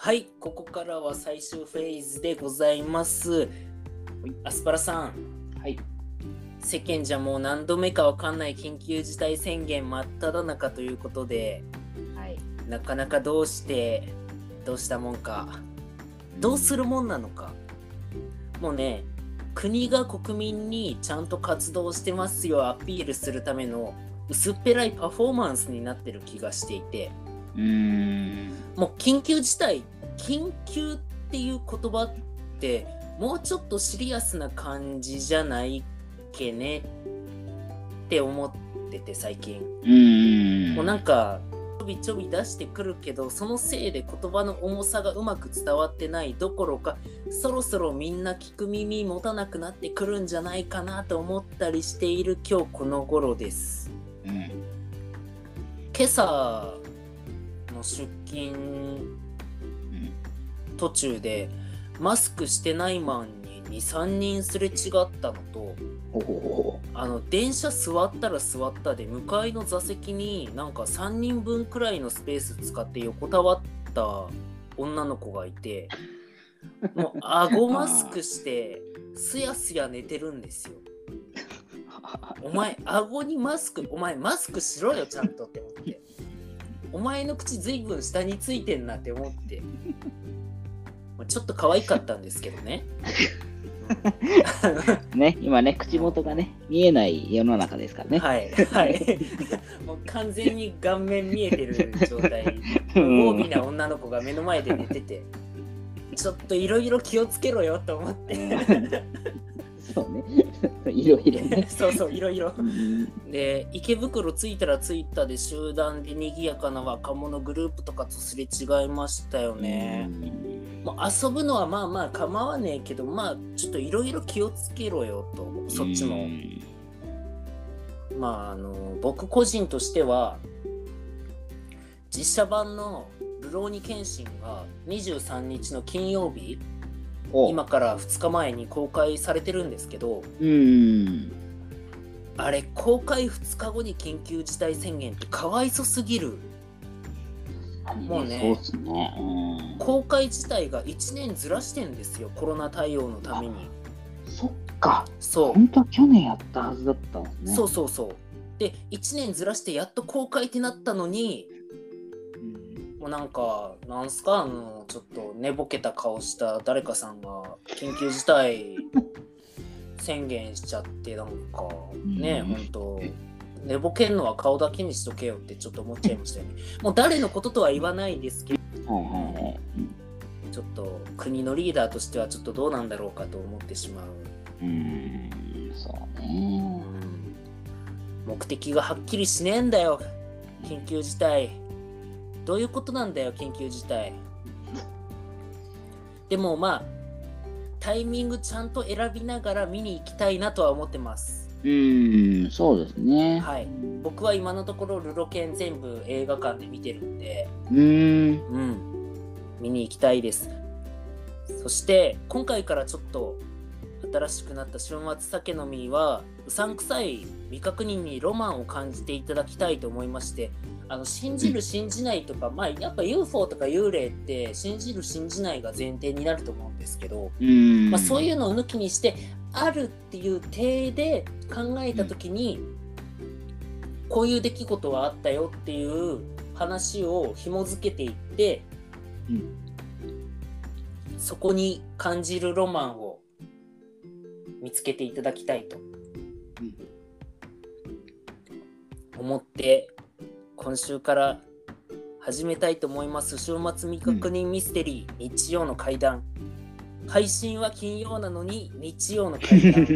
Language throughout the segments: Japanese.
はい、ここからは最終フェーズでございます。アスパラさん、 はい。 世間じゃもう何度目かわかんない緊急事態宣言真っ只中ということで、 はい。 なかなかどうしたもんか、どうするもんなのか、もうね、国が国民にちゃんと活動してますよアピールするための薄っぺらいパフォーマンスになってる気がしていて、もう緊急事態、緊急っていう言葉ってもうちょっとシリアスな感じじゃないっけねって思ってて、最近もうなんかちょびちょび出してくるけど、そのせいで言葉の重さがうまく伝わってないどころか、そろそろみんな聞く耳持たなくなってくるんじゃないかなと思ったりしている今日この頃です。今朝の出勤途中でマスクしてないマンに 2,3 人すれ違ったのと、電車座ったら座ったで向かいの座席になんか3人分くらいのスペース使って横たわった女の子がいて、もう顎マスクしてすやすや寝てるんですよ。お前顎にマスク、お前マスクしろよちゃんとって思って、お前の口ずいぶん下についてんなって思って、ちょっと可愛かったんですけどね。 ね、今ね、口元がね、見えない世の中ですからね。 はいはい。もう完全に顔面見えてる状態、無防備な女の子が目の前で寝てて、ちょっといろいろ気をつけろよと思って。 そうね。いろいろね。 そういろいろ。で、池袋着いたら着いたで集団で賑やかな若者グループとかとすれ違いましたよね。もう遊ぶのはまあまあ構わねえけど、まあちょっといろいろ気をつけろよと、そっちも。まあ僕個人としては実写版のるろうに剣心が23日の金曜日、今から2日前に公開されてるんですけど、あれ公開2日後に緊急事態宣言ってかわいそすぎる。もうね、 そうっすね。 公開自体が1年ずらしてんですよ、コロナ対応のために。 そっか。 そう。 本当は去年やったはずだったんですね。 そう。で、1年ずらしてやっと公開ってなったのに、もうなんか、なんすか、ちょっと寝ぼけた顔した誰かさんが緊急事態宣言しちゃって、なんかね、ほんと寝ぼけんのは顔だけにしとけよってちょっと思っちゃいましたよね。もう誰のこととは言わないですけど、ちょっと国のリーダーとしてはちょっとどうなんだろうかと思ってしまう。 そうね。 目的がはっきりしねえんだよ、緊急事態。どういうことなんだよ、緊急事態。でもまあタイミングちゃんと選びながら見に行きたいなとは思ってます。 そうですね。 はい。僕は今のところルロケン全部映画館で見てるんで、見に行きたいです。そして今回からちょっと新しくなった週末酒飲みはうさんくさい未確認にロマンを感じていただきたいと思いまして、信じる信じないとか、まあやっぱ UFO とか幽霊って信じる信じないが前提になると思うんですけど、まあ、そういうのを抜きにしてあるっていう体で考えた時に、こういう出来事はあったよっていう話を紐づけていって、そこに感じるロマンを見つけていただきたいと思って今週から始めたいと思います。週末未確認ミステリー、日曜の怪談。配信は金曜なのに日曜の怪談。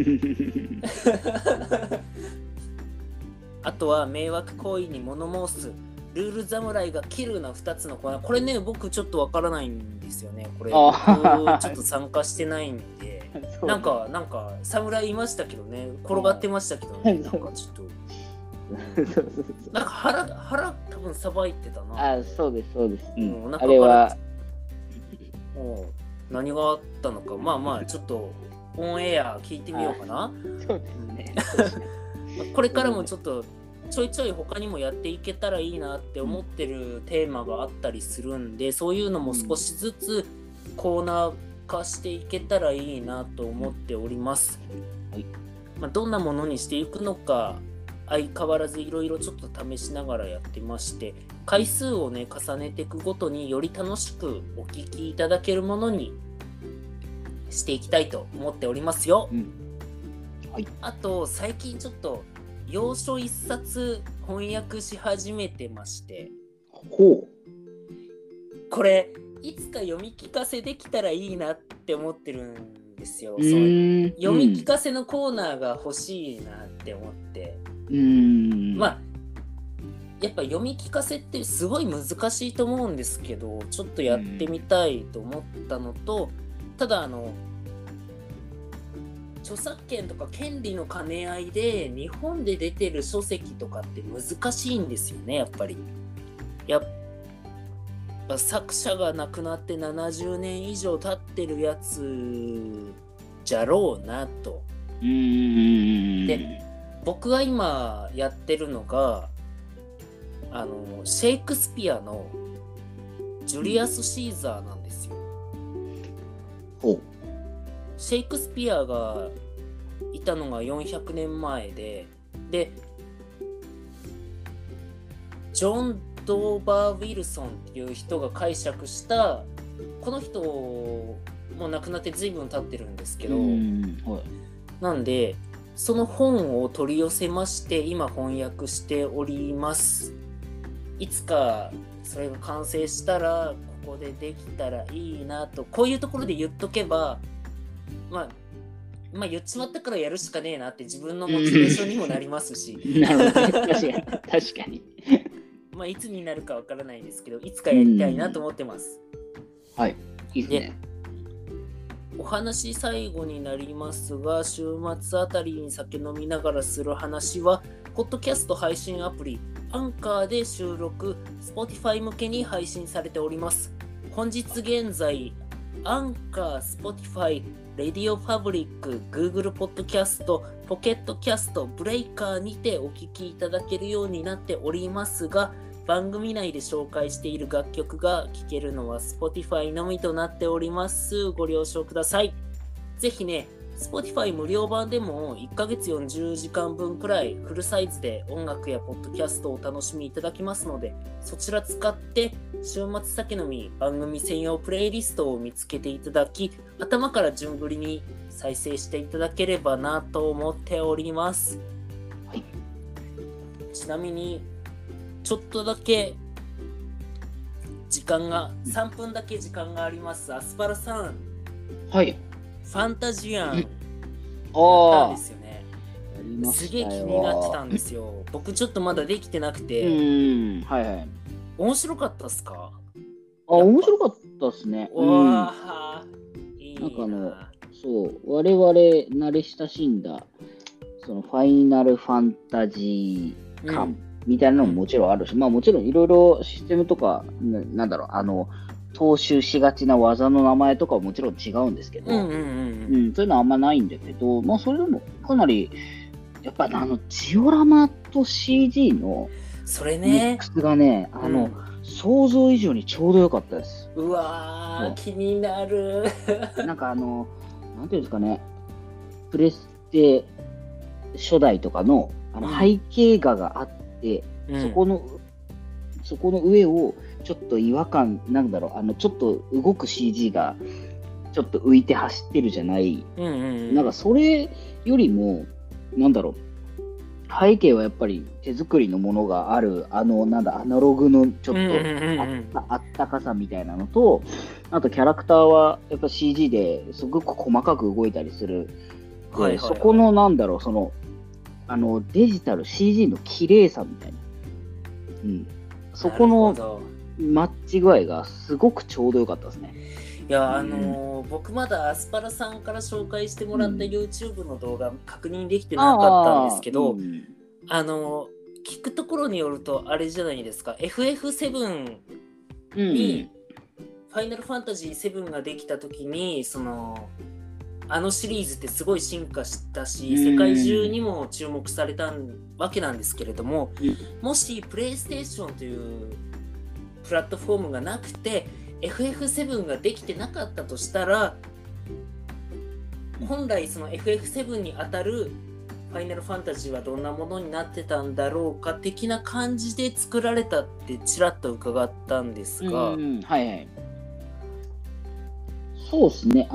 あとは迷惑行為に物申す、ルール侍がキルの2つのコーナー。これね、僕ちょっとわからないんですよね。これ僕ちょっと参加してないんでなんか侍いましたけどね、転がってましたけどね、なんかちょっとなんか腹多分さばいてたな。 そうです。 あれは何があったのか、まあちょっとオンエア聞いてみようかな。 そうですね。 これからもちょっとちょいちょい他にもやっていけたらいいなって思ってるテーマがあったりするんで、そういうのも少しずつコーナー化していけたらいいなと思っております。 はい。 どんなものにしていくのか相変わらずいろいろちょっと試しながらやってまして、回数をね重ねていくごとにより楽しくお聞きいただけるものにしていきたいと思っておりますよ。 はい。 あと最近ちょっと要所一冊翻訳し始めてまして、 ほこれいつか読み聞かせできたらいいなって思ってるんですよ。 う。 その読み聞かせのコーナーが欲しいなって思って、やっぱ読み聞かせってすごい難しいと思うんですけど、ちょっとやってみたいと思ったのと、ただ著作権とか権利の兼ね合いで日本で出てる書籍とかって難しいんですよね。やっぱり作者が亡くなって70年以上経ってるやつじゃろうなと。で、僕が今やってるのがシェイクスピアのジュリアス・シーザーなんですよ。シェイクスピアがいたのが400年前で、ジョン・ドーバー・ウィルソンっていう人が解釈した、この人も亡くなって随分経ってるんですけど、なんでその本を取り寄せまして今翻訳しております。いつかそれが完成したらここでできたらいいなと、こういうところで言っとけば、言っちまったからやるしかねえなって自分のモチベーションにもなりますしなるほどね。確かにいつになるかわからないですけど、いつかやりたいなと思ってます。 はい、いいですね。 お話最後になりますが、週末あたりに酒飲みながらする話はポッドキャスト配信アプリアンカーで収録、Spotify 向けに配信されております。本日現在アンカー、Spotify、レディオパブリック、Google ポッドキャスト、ポケットキャスト、ブレイカーにてお聞きいただけるようになっておりますが、番組内で紹介している楽曲が聴けるのは Spotify のみとなっております。ご了承ください。ぜひね、Spotify 無料版でも1ヶ月40時間分くらいフルサイズで音楽やポッドキャストをお楽しみいただきますので、そちら使って週末酒飲み番組専用プレイリストを見つけていただき、頭から順繰りに再生していただければなと思っております。 はい。 ちなみにちょっとだけ時間が3分だけ時間があります。アスパラさん、 はい。 ファンタジアンやったんですよね。すげえ気になってたんですよ。僕ちょっとまだできてなくて。 はいはい。 面白かったっすか？ 面白かったっすね。 わあ、いいな。 なんかそう、我々慣れ親しんだそのファイナルファンタジー感みたいなのももちろんあるし、もちろんいろいろシステムとか踏襲しがちな技の名前とかはもちろん違うんですけど、そういうのはあんまないんだけど、それでもかなりやっぱジオラマと CG のそれミックスがね、想像以上にちょうど良かったです。 うわー、気になる。 なんていうんですかね、プレステ初代とかの背景画があって、そこの上をちょっと違和感ちょっと動く CG がちょっと浮いて走ってるじゃない、なんかそれよりも背景はやっぱり手作りのものがあるアナログのちょっとあったかさみたいなのと、あとキャラクターはやっぱ CG ですごく細かく動いたりする、そこのそのデジタル CG の綺麗さみたいな、そこのマッチ具合がすごくちょうど良かったですね。 いや僕まだアスパラさんから紹介してもらった YouTube の動画確認できてなかったんですけど、聞くところによるとあれじゃないですか、 FF7 にファイナルファンタジー7ができた時にそのあのシリーズってすごい進化したし、世界中にも注目されたわけなんですけれども、もしプレイステーションというプラットフォームがなくて FF7 ができてなかったとしたら、本来その FF7 にあたるファイナルファンタジーはどんなものになってたんだろうか的な感じで作られたってちらっと伺ったんですが、 はいはい。そうですね。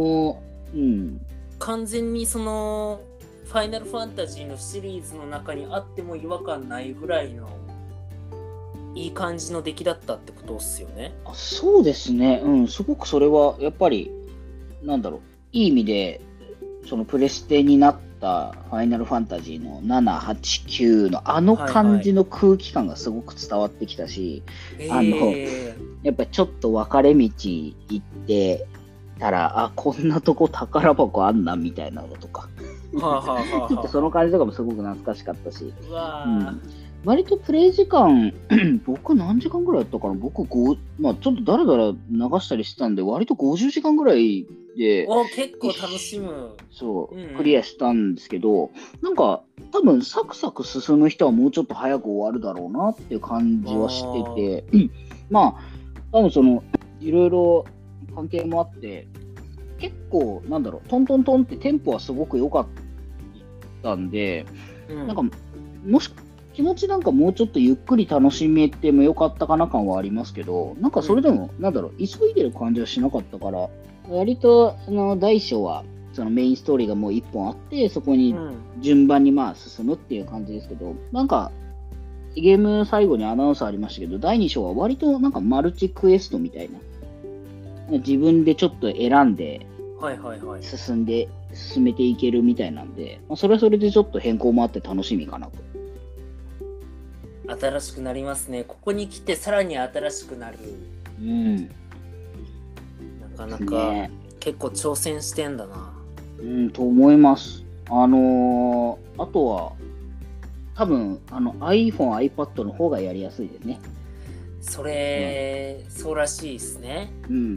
完全にそのファイナルファンタジーのシリーズの中にあっても違和感ないぐらいのいい感じの出来だったってことですよね。 そうですね。すごくそれはやっぱりなんだろう、いい意味でそのプレステになったファイナルファンタジーの7、8、9のあの感じの空気感がすごく伝わってきたし、やっぱりちょっと分かれ道行ってたら、こんなとこ宝箱あんなみたいなのとかちょっとその感じとかもすごく懐かしかったし、割とプレイ時間僕何時間ぐらいやったかな。僕ちょっとだらだら流したりしてたんで、割と50時間ぐらいで結構楽しむクリアしたんですけど、なんか多分サクサク進む人はもうちょっと早く終わるだろうなっていう感じはしてて、多分そのいろいろ関係もあって結構トントントンってテンポはすごく良かったんで、なんかもし気持ちなんかもうちょっとゆっくり楽しめてもよかったかな感はありますけど、なんかそれでも急いでる感じはしなかったから、割と大小はそのメインストーリーがもう1本あって、そこに順番に進むっていう感じですけど、なんかゲーム最後にアナウンスありましたけど、第2章は割となんかマルチクエストみたいな、自分でちょっと選んで進めていけるみたいなんで、それはそれでちょっと変更もあって楽しみかなと。 新しくなりますね。ここに来てさらに新しくなる。なかなか結構挑戦してんだな。 と思います。あとは多分iPhone、iPad の方がやりやすいですね。 そうらしいですね。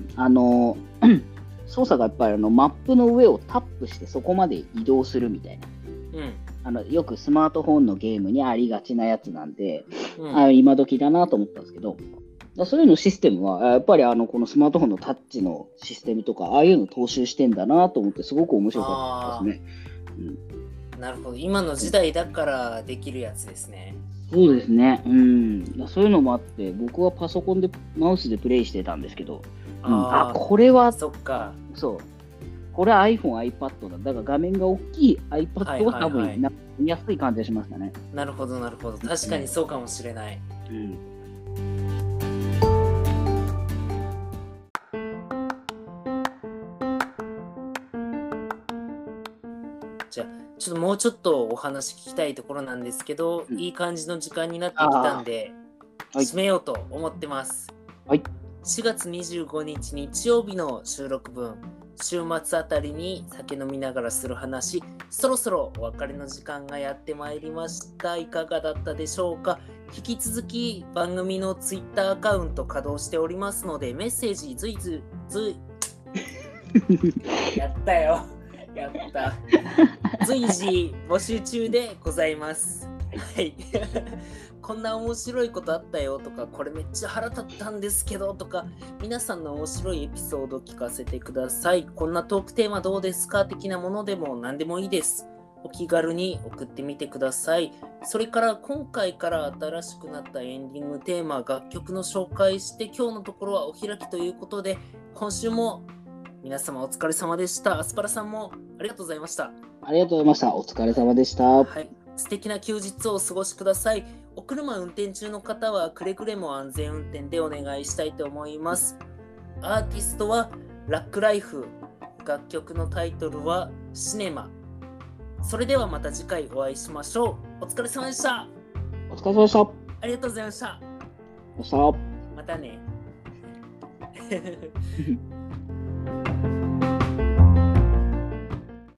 操作がやっぱりマップの上をタップしてそこまで移動するみたいな。よくスマートフォンのゲームにありがちなやつなんで、今時だなと思ったんですけど、そういうのシステムはやっぱりこのスマートフォンのタッチのシステムとかああいうの踏襲してんだなと思ってすごく面白かったですね。 なるほど、今の時代だからできるやつですね。 そうですね。そういうのもあって僕はパソコンでマウスでプレイしてたんですけど、これはそっか、 これは iPhone、iPad だ。だから画面が大きい iPad は多分見やすい感じがしましたね。 なるほど。確かにそうかもしれない。じゃあちょっともうちょっとお話聞きたいところなんですけど、いい感じの時間になってきたんで締めようと思ってます。4月25日日曜日の収録分、週末あたりに酒飲みながらする話、そろそろお別れの時間がやってまいりました。いかがだったでしょうか。引き続き番組のツイッターアカウント稼働しておりますので、メッセージやった随時募集中でございます。こんな面白いことあったよとか、これめっちゃ腹立ったんですけどとか、皆さんの面白いエピソード聞かせてください。こんなトークテーマどうですか的なものでも何でもいいです。お気軽に送ってみてください。それから今回から新しくなったエンディングテーマ、楽曲の紹介して、今日のところはお開きということで、今週も皆様お疲れ様でした。アスパラさんもありがとうございました。 ありがとうございました。お疲れ様でした。 素敵な休日をお過ごしください。お車運転中の方はくれぐれも安全運転でお願いしたいと思います。アーティストはラックライフ、楽曲のタイトルはシネマ。それではまた次回お会いしましょう。お疲れ様でした。 お疲れ様でした。 ありがとうございました。 またね。